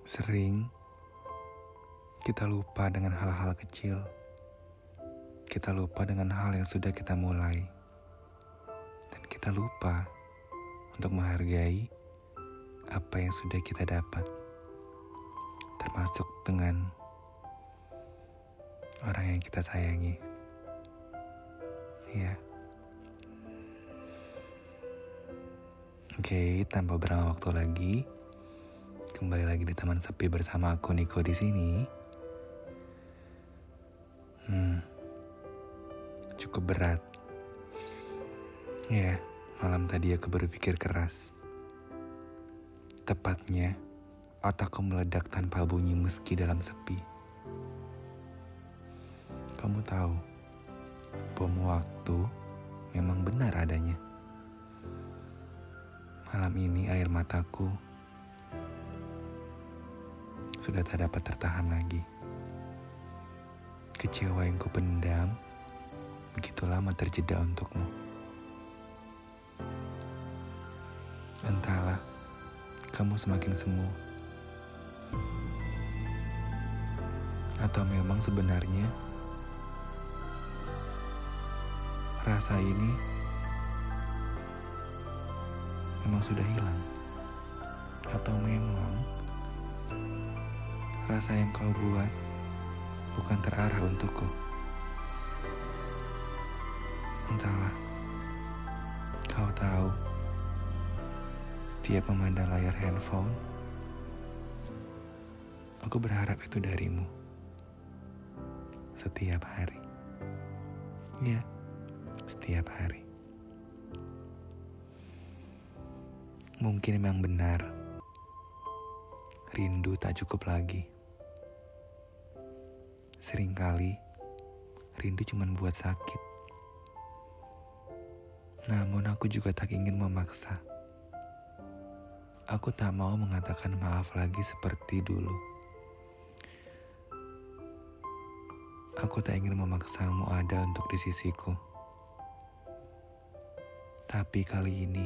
Sering kita lupa dengan hal-hal kecil. Kita lupa dengan hal yang sudah kita mulai. Dan kita lupa untuk menghargai apa yang sudah kita dapat. Termasuk dengan orang yang kita sayangi. Ya. Oke, tanpa berlama waktu lagi, kembali lagi di Taman Sepi bersama aku Niko di sini. Cukup berat. Ya, malam tadi aku berpikir keras. Tepatnya, otakku meledak tanpa bunyi meski dalam sepi. Kamu tahu, bom waktu memang benar adanya. Malam ini air mataku sudah tak dapat tertahan lagi. Kecewa yang kupendam begitu lama terjeda untukmu. Entahlah, kamu semakin semu. Atau memang sebenarnya rasa ini memang sudah hilang. Atau memang rasa yang kau buat bukan terarah untukku. Entahlah, kau tahu, setiap memandang layar handphone, aku berharap itu darimu. Setiap hari. Ya, setiap hari. Mungkin memang benar, rindu tak cukup lagi. Seringkali, rindu cuma buat sakit. Namun aku juga tak ingin memaksa. Aku tak mau mengatakan maaf lagi seperti dulu. Aku tak ingin memaksamu ada untuk di sisiku. Tapi kali ini,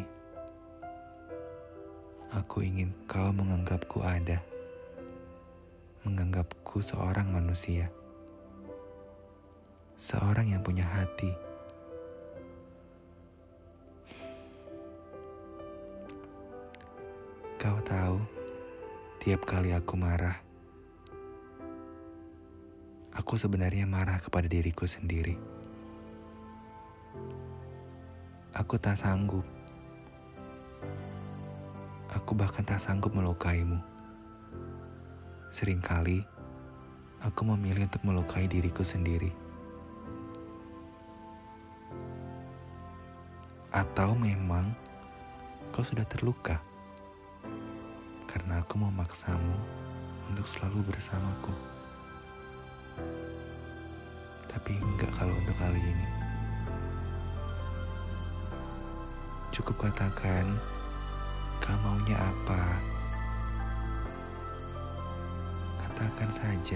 aku ingin kau menganggapku ada. Menganggapku seorang manusia. Seorang yang punya hati. Kau tahu, tiap kali aku marah, aku sebenarnya marah kepada diriku sendiri. Aku tak sanggup. Aku bahkan tak sanggup melukaimu. Seringkali, aku memilih untuk melukai diriku sendiri. Atau memang kau sudah terluka karena aku memaksamu untuk selalu bersamaku. Tapi enggak kalau untuk kali ini. Cukup katakan, kau maunya apa? Katakan saja.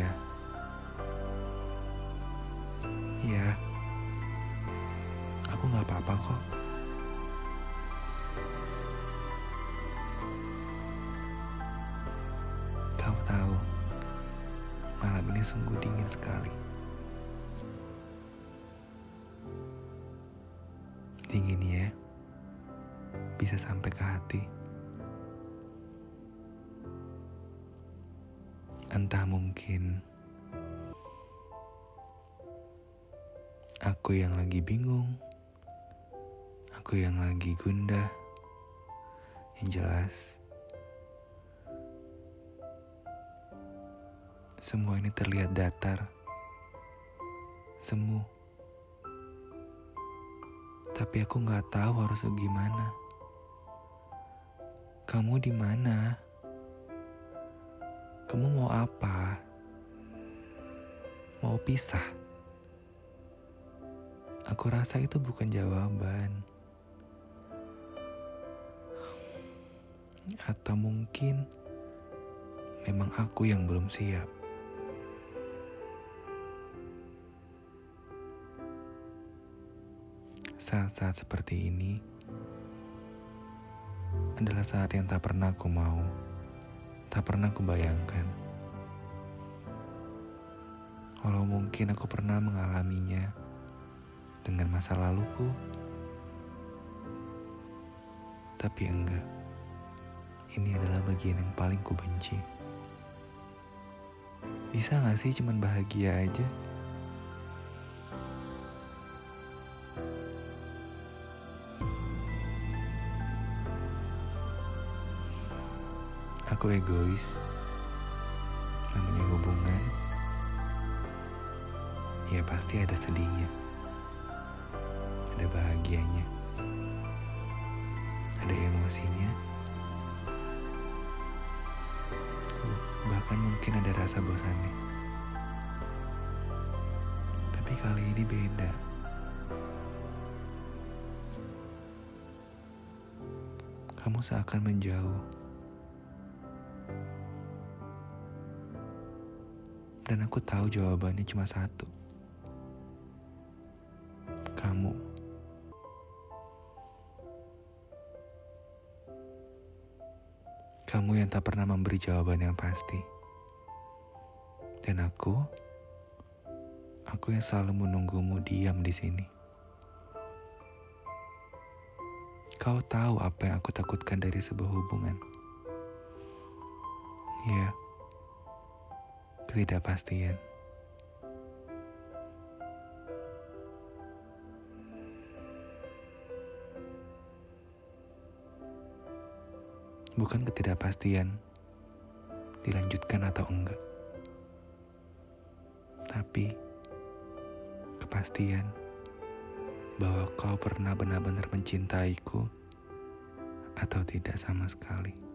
Ya, aku gak apa-apa kok. Kau tahu, malam ini sungguh dingin sekali. Dingin ya, bisa sampai ke hati. Entah mungkin aku yang lagi bingung, aku yang lagi gundah. Yang jelas, semua ini terlihat datar, semu. Tapi aku gak tahu harus gimana. Kamu di mana? Kamu mau apa? Mau pisah? Aku rasa itu bukan jawaban. Atau mungkin memang aku yang belum siap. Saat-saat seperti ini adalah saat yang tak pernah aku mau. tak pernah kubayangkan. Walau mungkin aku pernah mengalaminya dengan masa laluku, tapi enggak. Ini adalah bagian yang paling kubenci. Bisa gak sih cuman bahagia aja? Aku egois. Namanya hubungan, ya pasti ada sedihnya, ada bahagianya, ada emosinya, bahkan mungkin ada rasa bosannya. Tapi kali ini beda. Kamu seakan menjauh. Dan aku tahu jawabannya cuma satu. Kamu. Kamu yang tak pernah memberi jawaban yang pasti. Dan aku yang selalu menunggumu diam di sini. Kau tahu apa yang aku takutkan dari sebuah hubungan? Ya, ketidakpastian. Bukan ketidakpastian dilanjutkan atau enggak, tapi kepastian bahwa kau pernah benar-benar mencintaiku atau tidak sama sekali.